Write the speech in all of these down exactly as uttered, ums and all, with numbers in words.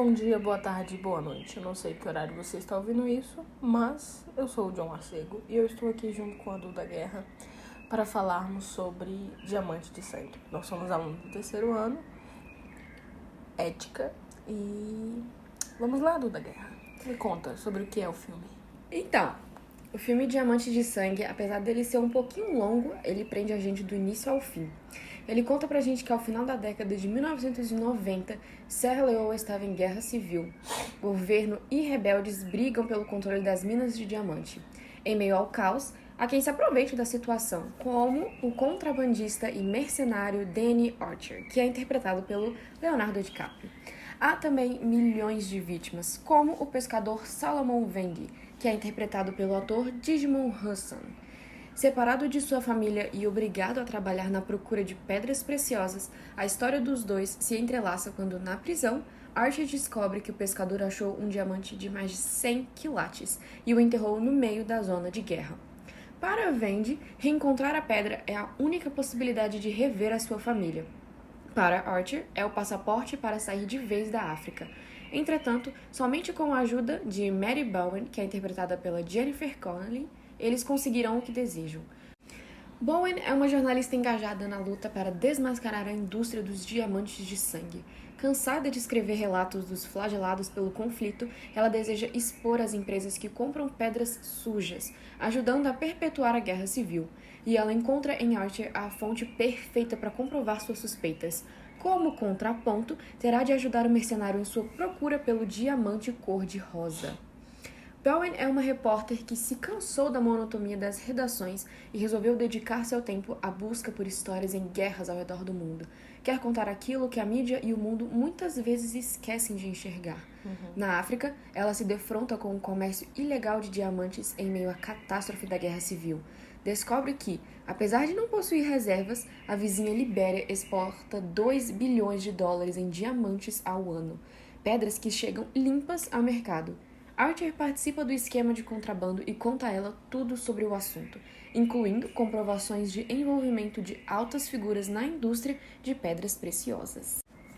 bom dia, boa tarde, boa noite. Eu não sei que horário você está ouvindo isso, mas eu sou o John Arcego e eu estou aqui junto com a Duda Guerra para falarmos sobre Diamante de Sangue. Nós somos alunos do terceiro ano, ética, e vamos lá, Duda Guerra. Me conta sobre o que é o filme. Então, o filme Diamante de Sangue, apesar dele ser um pouquinho longo, ele prende a gente do início ao fim. Ele conta pra gente que ao final da década de mil novecentos e noventa, Serra Leoa estava em guerra civil. O governo e rebeldes brigam pelo controle das minas de diamante. Em meio ao caos, há quem se aproveite da situação, como o contrabandista e mercenário Danny Archer, que é interpretado pelo Leonardo DiCaprio. Há também milhões de vítimas, como o pescador Salomon Vendi, que é interpretado pelo ator Djimon Hounsou. Separado de sua família e obrigado a trabalhar na procura de pedras preciosas, a história dos dois se entrelaça quando, na prisão, Archer descobre que o pescador achou um diamante de mais de cem quilates e o enterrou no meio da zona de guerra. Para Vendi, reencontrar a pedra é a única possibilidade de rever a sua família. Para Archer, é o passaporte para sair de vez da África. Entretanto, somente com a ajuda de Mary Bowen, que é interpretada pela Jennifer Connelly, eles conseguirão o que desejam. Bowen é uma jornalista engajada na luta para desmascarar a indústria dos diamantes de sangue. Cansada de escrever relatos dos flagelados pelo conflito, ela deseja expor as empresas que compram pedras sujas, ajudando a perpetuar a guerra civil. E ela encontra em Archer a fonte perfeita para comprovar suas suspeitas. Como contraponto, terá de ajudar o mercenário em sua procura pelo diamante cor-de-rosa. Bowen é uma repórter que se cansou da monotonia das redações e resolveu dedicar seu tempo à busca por histórias em guerras ao redor do mundo. Quer contar aquilo que a mídia e o mundo muitas vezes esquecem de enxergar. Uhum. Na África, ela se defronta com o comércio ilegal de diamantes em meio à catástrofe da guerra civil. Descobre que, apesar de não possuir reservas, a vizinha Libéria exporta dois bilhões de dólares em diamantes ao ano, pedras que chegam limpas ao mercado. Archer participa do esquema de contrabando e conta a ela tudo sobre o assunto, incluindo comprovações de envolvimento de altas figuras na indústria de pedras preciosas.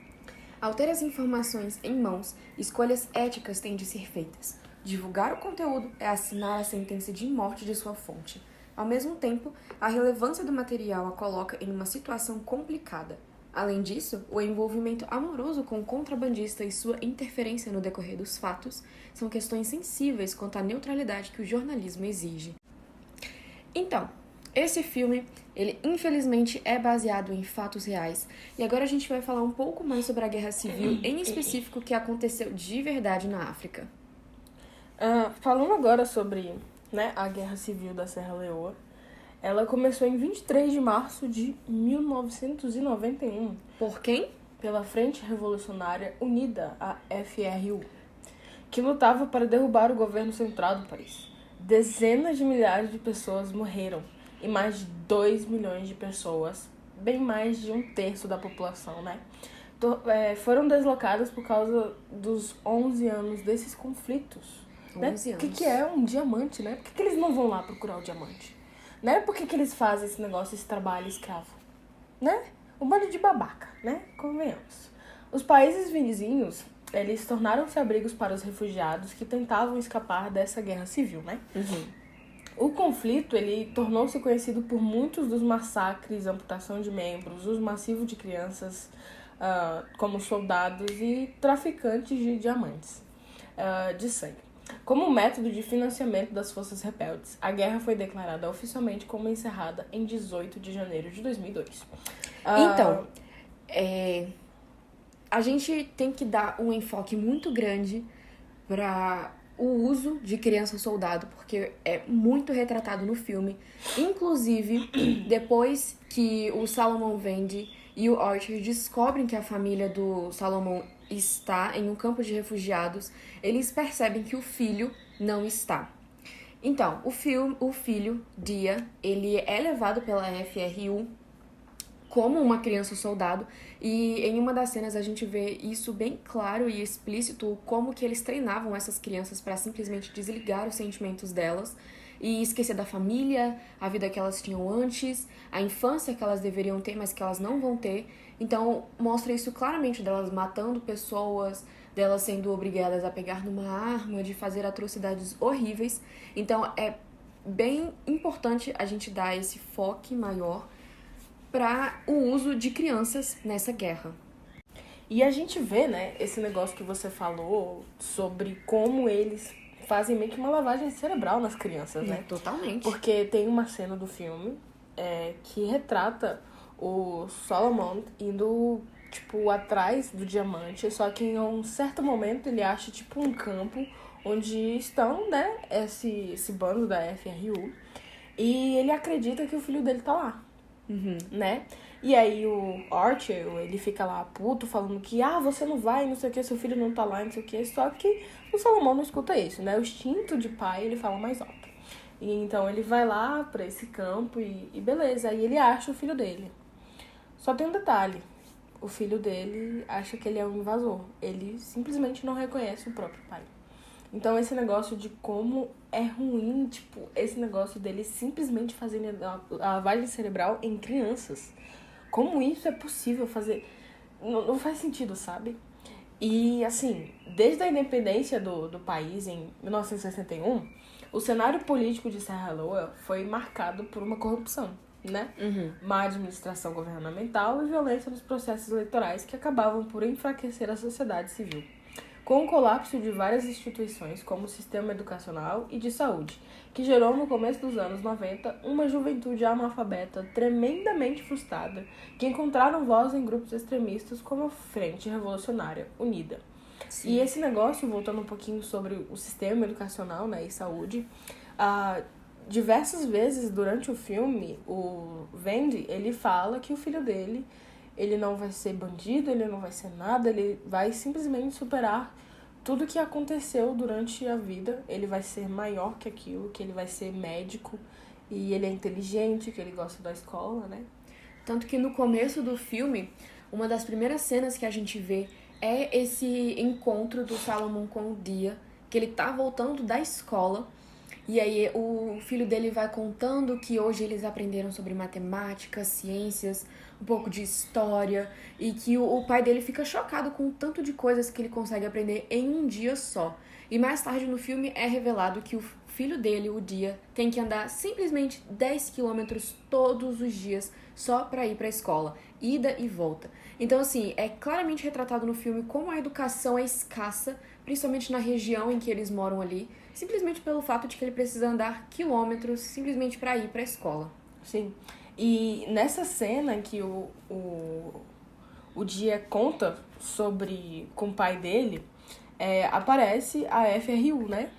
Ao ter as informações em mãos, escolhas éticas têm de ser feitas. Divulgar o conteúdo é assinar a sentença de morte de sua fonte. Ao mesmo tempo, a relevância do material a coloca em uma situação complicada. Além disso, o envolvimento amoroso com o contrabandista e sua interferência no decorrer dos fatos são questões sensíveis quanto à neutralidade que o jornalismo exige. Então, esse filme, ele infelizmente é baseado em fatos reais, e agora a gente vai falar um pouco mais sobre a Guerra Civil, em específico o que aconteceu de verdade na África. Uh, falando agora sobre, né, a Guerra Civil da Serra Leoa, ela começou em vinte e três de março de mil novecentos e noventa e um. Por quem? Pela Frente Revolucionária Unida, a F R U, que lutava para derrubar o governo central do país. Dezenas de milhares de pessoas morreram e mais de dois milhões de pessoas, bem mais de um terço da população, né, foram deslocadas por causa dos onze anos desses conflitos. onze né? anos. O que, que é um diamante, né? Por que, que eles não vão lá procurar o diamante? Né? Por que, que eles fazem esse negócio, esse trabalho escravo? Né? Um bando de babaca, né? Convenhamos. Os países vizinhos, eles tornaram-se abrigos para os refugiados que tentavam escapar dessa guerra civil, né? Uhum. O conflito, ele tornou-se conhecido por muitos dos massacres, amputação de membros, uso massivo de crianças uh, como soldados e traficantes de diamantes uh, de sangue. Como método de financiamento das forças rebeldes, a guerra foi declarada oficialmente como encerrada em dezoito de janeiro de dois mil e dois. Então, é, a gente tem que dar um enfoque muito grande para o uso de criança-soldado, porque é muito retratado no filme. Inclusive, depois que o Salomon Vendi e o Archer descobrem que a família do Salomon está em um campo de refugiados, eles percebem que o filho não está. Então, o, filho, o filho, Dia, ele é levado pela F R U como uma criança soldado, e em uma das cenas a gente vê isso bem claro e explícito, como que eles treinavam essas crianças para simplesmente desligar os sentimentos delas e esquecer da família, a vida que elas tinham antes, a infância que elas deveriam ter, mas que elas não vão ter. Então, mostra isso claramente delas matando pessoas, delas sendo obrigadas a pegar numa arma, de fazer atrocidades horríveis. Então é bem importante a gente dar esse foco maior para o uso de crianças nessa guerra. E a gente vê, né, esse negócio que você falou sobre como eles fazem meio que uma lavagem cerebral nas crianças, né? É, totalmente. Porque tem uma cena do filme é, que retrata o Solomon indo, tipo, atrás do diamante, só que em um certo momento ele acha, tipo, um campo onde estão, né, esse, esse bando da F R U, e ele acredita que o filho dele tá lá, Uhum. né? E aí o Archer, ele fica lá puto, falando que, ah, você não vai, não sei o que, seu filho não tá lá, não sei o que, só que o Salomão não escuta isso, né? O instinto de pai, ele fala mais alto. E então ele vai lá pra esse campo e, e beleza, aí ele acha o filho dele. Só tem um detalhe, o filho dele acha que ele é um invasor, ele simplesmente não reconhece o próprio pai. Então esse negócio de como é ruim, tipo, esse negócio dele simplesmente fazendo a lavagem cerebral em crianças. Como isso é possível fazer? Não, não faz sentido, sabe? E, assim, desde a independência do, do país, em mil novecentos e sessenta e um, o cenário político de Serra Leoa foi marcado por uma corrupção, né? Uhum. Má administração governamental e violência nos processos eleitorais que acabavam por enfraquecer a sociedade civil. Com o colapso de várias instituições, como o sistema educacional e de saúde, que gerou no começo dos anos noventa uma juventude analfabeta tremendamente frustrada, que encontraram voz em grupos extremistas como a Frente Revolucionária Unida. Sim. E esse negócio, voltando um pouquinho sobre o sistema educacional, né, e saúde, ah, diversas vezes durante o filme, o Wendy, ele fala que o filho dele, ele não vai ser bandido, ele não vai ser nada, ele vai simplesmente superar tudo que aconteceu durante a vida. Ele vai ser maior que aquilo, que ele vai ser médico, e ele é inteligente, que ele gosta da escola, né? Tanto que no começo do filme, uma das primeiras cenas que a gente vê é esse encontro do Salomon com o Dia, que ele tá voltando da escola. E aí o filho dele vai contando que hoje eles aprenderam sobre matemática, ciências, um pouco de história, e que o, o pai dele fica chocado com o tanto de coisas que ele consegue aprender em um dia só. E mais tarde no filme é revelado que o filho dele, o Dia, tem que andar simplesmente dez quilômetros todos os dias só para ir para a escola, ida e volta. Então, assim, é claramente retratado no filme como a educação é escassa, principalmente na região em que eles moram ali, simplesmente pelo fato de que ele precisa andar quilômetros simplesmente para ir para a escola. Sim. E nessa cena que o, o, o Dia conta sobre com o pai dele, é, aparece a F R U, né?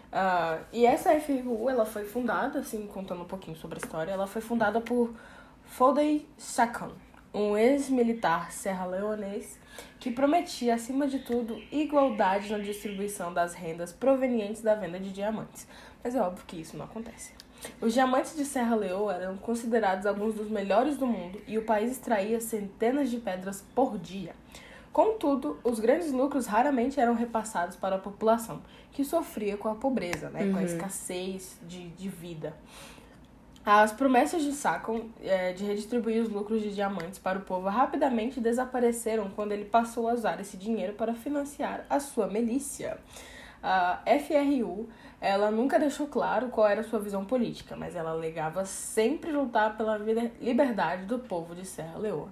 Uh, e essa F R U, ela foi fundada, assim, contando um pouquinho sobre a história, ela foi fundada por Foday Shakhan, um ex-militar serra-leonês que prometia, acima de tudo, igualdade na distribuição das rendas provenientes da venda de diamantes. Mas é óbvio que isso não acontece. Os diamantes de Serra Leoa eram considerados alguns dos melhores do mundo e o país extraía centenas de pedras por dia. Contudo, os grandes lucros raramente eram repassados para a população, que sofria com a pobreza, né, uhum. com a escassez de, de vida. As promessas de Shakhan é, de redistribuir os lucros de diamantes para o povo rapidamente desapareceram quando ele passou a usar esse dinheiro para financiar a sua milícia. A F R U, ela nunca deixou claro qual era a sua visão política, mas ela alegava sempre lutar pela liberdade do povo de Serra Leoa.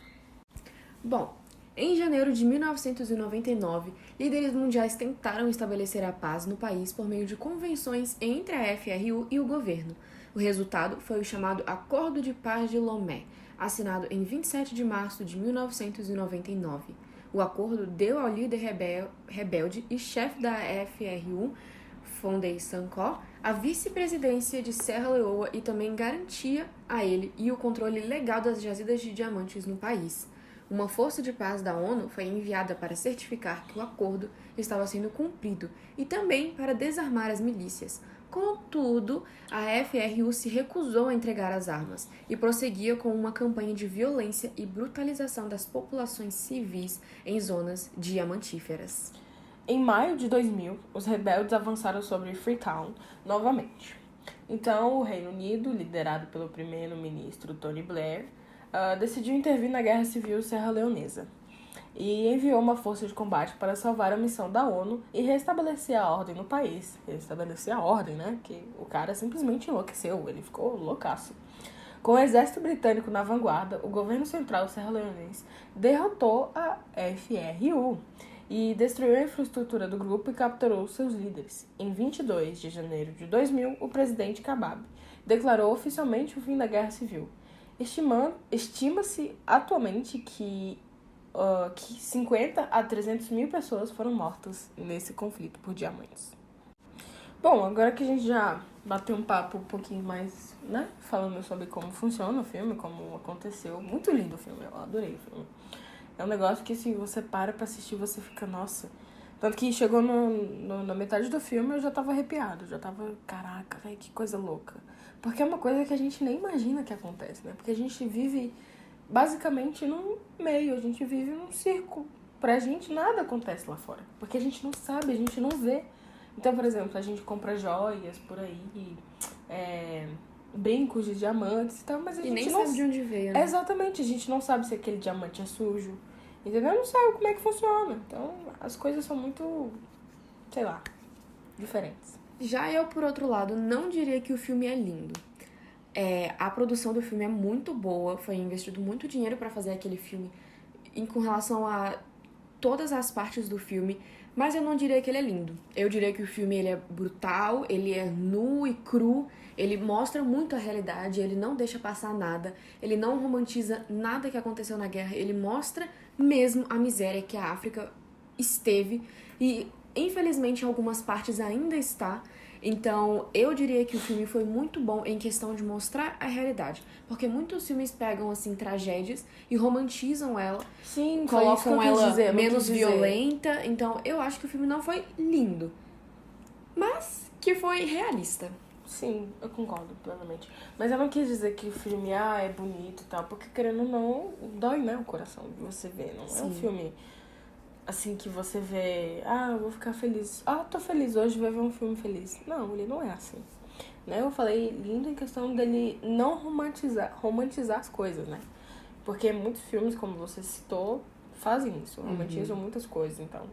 Bom, em janeiro de mil novecentos e noventa e nove, líderes mundiais tentaram estabelecer a paz no país por meio de convenções entre a F R U e o governo. O resultado foi o chamado Acordo de Paz de Lomé, assinado em vinte e sete de março de mil novecentos e noventa e nove. O acordo deu ao líder rebel- rebelde e chefe da F R U, Foday Shakhan, a vice-presidência de Serra Leoa e também garantia a ele e o controle legal das jazidas de diamantes no país. Uma força de paz da ONU foi enviada para certificar que o acordo estava sendo cumprido e também para desarmar as milícias. Contudo, a F R U se recusou a entregar as armas e prosseguia com uma campanha de violência e brutalização das populações civis em zonas diamantíferas. Em maio de dois mil, os rebeldes avançaram sobre Freetown novamente. Então, o Reino Unido, liderado pelo primeiro-ministro Tony Blair, uh, decidiu intervir na Guerra Civil Serra-Leonesa. e enviou uma força de combate para salvar a missão da ONU e restabelecer a ordem no país. Restabelecer a ordem, né? Que o cara simplesmente enlouqueceu, ele ficou loucaço. Com o exército britânico na vanguarda, o governo central serra-leonense derrotou a F R U e destruiu a infraestrutura do grupo e capturou seus líderes. Em vinte e dois de janeiro de dois mil, o presidente Kabab declarou oficialmente o fim da guerra civil. Estima- Estima-se atualmente que, uh, que cinquenta a trezentos mil pessoas foram mortas nesse conflito por diamantes. Bom, agora que a gente já bateu um papo um pouquinho mais, né, falando sobre como funciona o filme, como aconteceu, muito lindo o filme, eu adorei o filme. É um negócio que, se você para pra assistir, você fica, nossa. Tanto que chegou no, no, na metade do filme, eu já tava arrepiado. Já tava, caraca, velho, que coisa louca. Porque é uma coisa que a gente nem imagina que acontece, né? Porque a gente vive, basicamente, num meio. A gente vive num circo. Pra gente, nada acontece lá fora. Porque a gente não sabe, a gente não vê. Então, por exemplo, a gente compra joias por aí, é, brincos de diamantes e tal, mas a E gente nem não sabe de onde veio, né? Exatamente, a gente não sabe se aquele diamante é sujo, entendeu? Não sabe como é que funciona. Então, as coisas são muito, sei lá, diferentes. Já eu, por outro lado, não diria que o filme é lindo. É, a produção do filme é muito boa, foi investido muito dinheiro pra fazer aquele filme em, com relação a todas as partes do filme, mas eu não diria que ele é lindo. Eu diria que o filme ele é brutal, ele é nu e cru, ele mostra muito a realidade, ele não deixa passar nada, ele não romantiza nada que aconteceu na guerra, ele mostra mesmo a miséria que a África esteve e, infelizmente, em algumas partes ainda está. Então, eu diria que o filme foi muito bom em questão de mostrar a realidade. Porque muitos filmes pegam, assim, tragédias e romantizam ela. Sim, foi isso que eu colocam quis ela dizer, eu não menos quis dizer. violenta. Então, eu acho que o filme não foi lindo. Mas que foi realista. Sim, eu concordo plenamente. Mas eu não quis dizer que o filme, ah, é bonito e tal, porque, querendo ou não, dói, né, o coração de você ver. Não é um Sim. filme, assim, que você vê, ah, eu vou ficar feliz. Ah, tô feliz hoje, vou ver um filme feliz. Não, ele não é assim. Né? Eu falei lindo em questão dele não romantizar, romantizar as coisas, né? Porque muitos filmes, como você citou, fazem isso, romantizam Uhum. muitas coisas, então.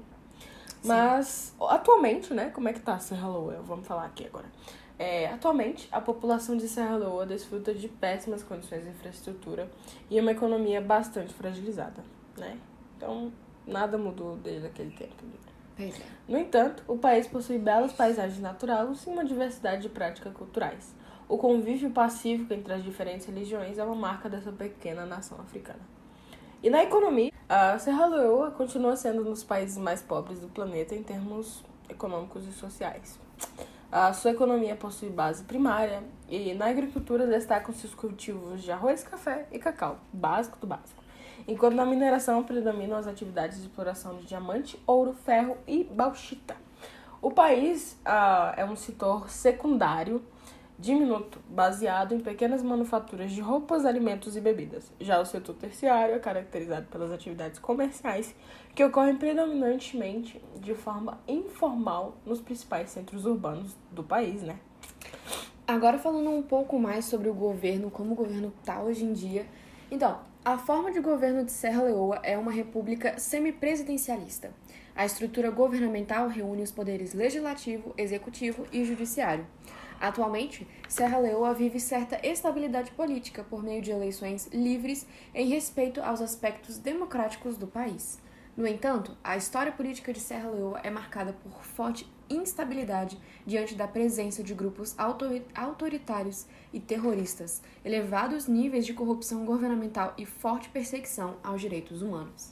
Mas, atualmente, né, como é que tá Serra Leoa? Vamos falar aqui agora. É, atualmente, a população de Serra Leoa desfruta de péssimas condições de infraestrutura e uma economia bastante fragilizada, né? Então, nada mudou desde aquele tempo. Pois é. No entanto, o país possui belas paisagens naturais e uma diversidade de práticas culturais. O convívio pacífico entre as diferentes religiões é uma marca dessa pequena nação africana. E na economia, a Serra Leoa continua sendo um dos países mais pobres do planeta em termos econômicos e sociais. A sua economia possui base primária e na agricultura destacam-se os cultivos de arroz, café e cacau, básico do básico. Enquanto na mineração predominam as atividades de exploração de diamante, ouro, ferro e bauxita. O país ah, é um setor secundário diminuto, baseado em pequenas manufaturas de roupas, alimentos e bebidas. Já o setor terciário é caracterizado pelas atividades comerciais que ocorrem predominantemente de forma informal nos principais centros urbanos do país, né? Agora falando um pouco mais sobre o governo, como o governo tá hoje em dia. Então, a forma de governo de Serra Leoa é uma república semipresidencialista. A estrutura governamental reúne os poderes legislativo, executivo e judiciário. Atualmente, Serra Leoa vive certa estabilidade política por meio de eleições livres em respeito aos aspectos democráticos do país. No entanto, a história política de Serra Leoa é marcada por forte instabilidade diante da presença de grupos autoritários e terroristas, elevados níveis de corrupção governamental e forte perseguição aos direitos humanos.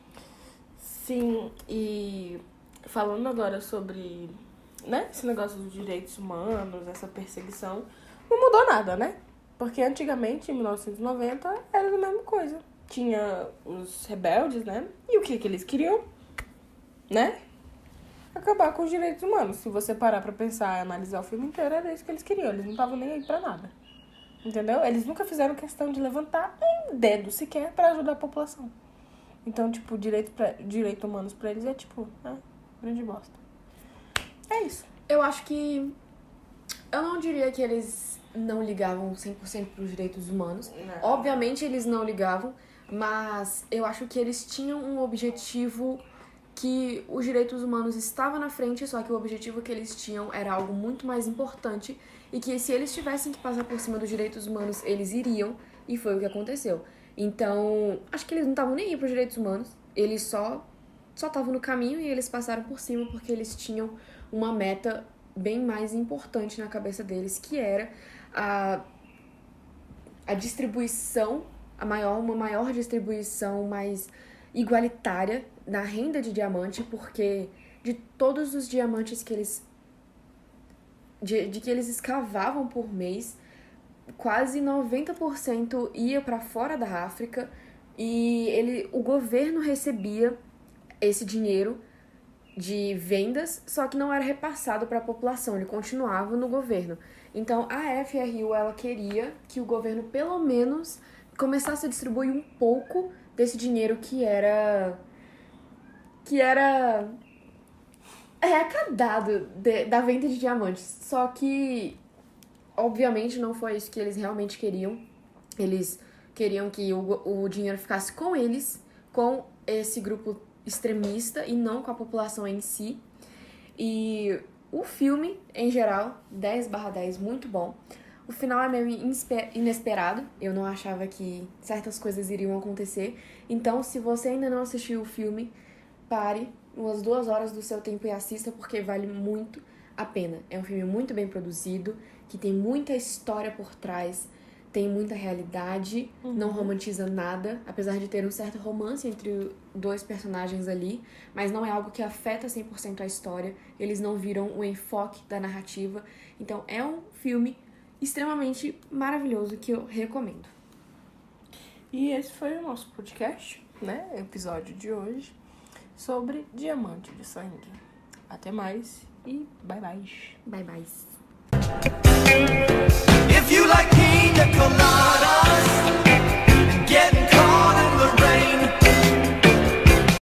Sim, e falando agora sobre, né, esse negócio dos direitos humanos, essa perseguição, não mudou nada, né? Porque antigamente, em mil novecentos e noventa, era a mesma coisa. Tinha os rebeldes, né? E o que que eles queriam? Né? Acabar com os direitos humanos. Se você parar pra pensar e analisar o filme inteiro, era isso que eles queriam. Eles não estavam nem aí pra nada. Entendeu? Eles nunca fizeram questão de levantar um dedo sequer pra ajudar a população. Então, tipo, direito, pra, direito humanos pra eles é tipo, ah, grande bosta. É isso. Eu acho que... Eu não diria que eles não ligavam cem por cento pros direitos humanos. Não. Obviamente eles não ligavam, mas eu acho que eles tinham um objetivo que os direitos humanos estavam na frente, só que o objetivo que eles tinham era algo muito mais importante e que se eles tivessem que passar por cima dos direitos humanos, eles iriam, e foi o que aconteceu. Então, acho que eles não estavam nem aí para os direitos humanos, eles só só estavam no caminho e eles passaram por cima porque eles tinham uma meta bem mais importante na cabeça deles, que era a, a distribuição, a maior, uma maior distribuição mais igualitária na renda de diamante, porque de todos os diamantes que eles de, de que eles escavavam por mês, quase noventa por cento ia para fora da África e ele, o governo recebia esse dinheiro de vendas, só que não era repassado para a população, ele continuava no governo. Então a F R U ela queria que o governo pelo menos começasse a distribuir um pouco desse dinheiro que era que era arrecadado de, da venda de diamantes. Só que obviamente não foi isso que eles realmente queriam. Eles queriam que o, o dinheiro ficasse com eles, com esse grupo extremista e não com a população em si. E o filme, em geral, dez barra dez, muito bom. O final é meio inesperado, eu não achava que certas coisas iriam acontecer. Então, se você ainda não assistiu o filme, pare umas duas horas do seu tempo e assista, porque vale muito a pena. É um filme muito bem produzido, que tem muita história por trás, tem muita realidade, uhum. Não romantiza nada, apesar de ter um certo romance entre dois personagens ali, mas não é algo que afeta cem por cento a história, eles não viram o enfoque da narrativa. Então é um filme extremamente maravilhoso que eu recomendo. E esse foi o nosso podcast, né? Episódio de hoje sobre Diamante de Sangue. Até mais e bye bye. Bye bye. If you like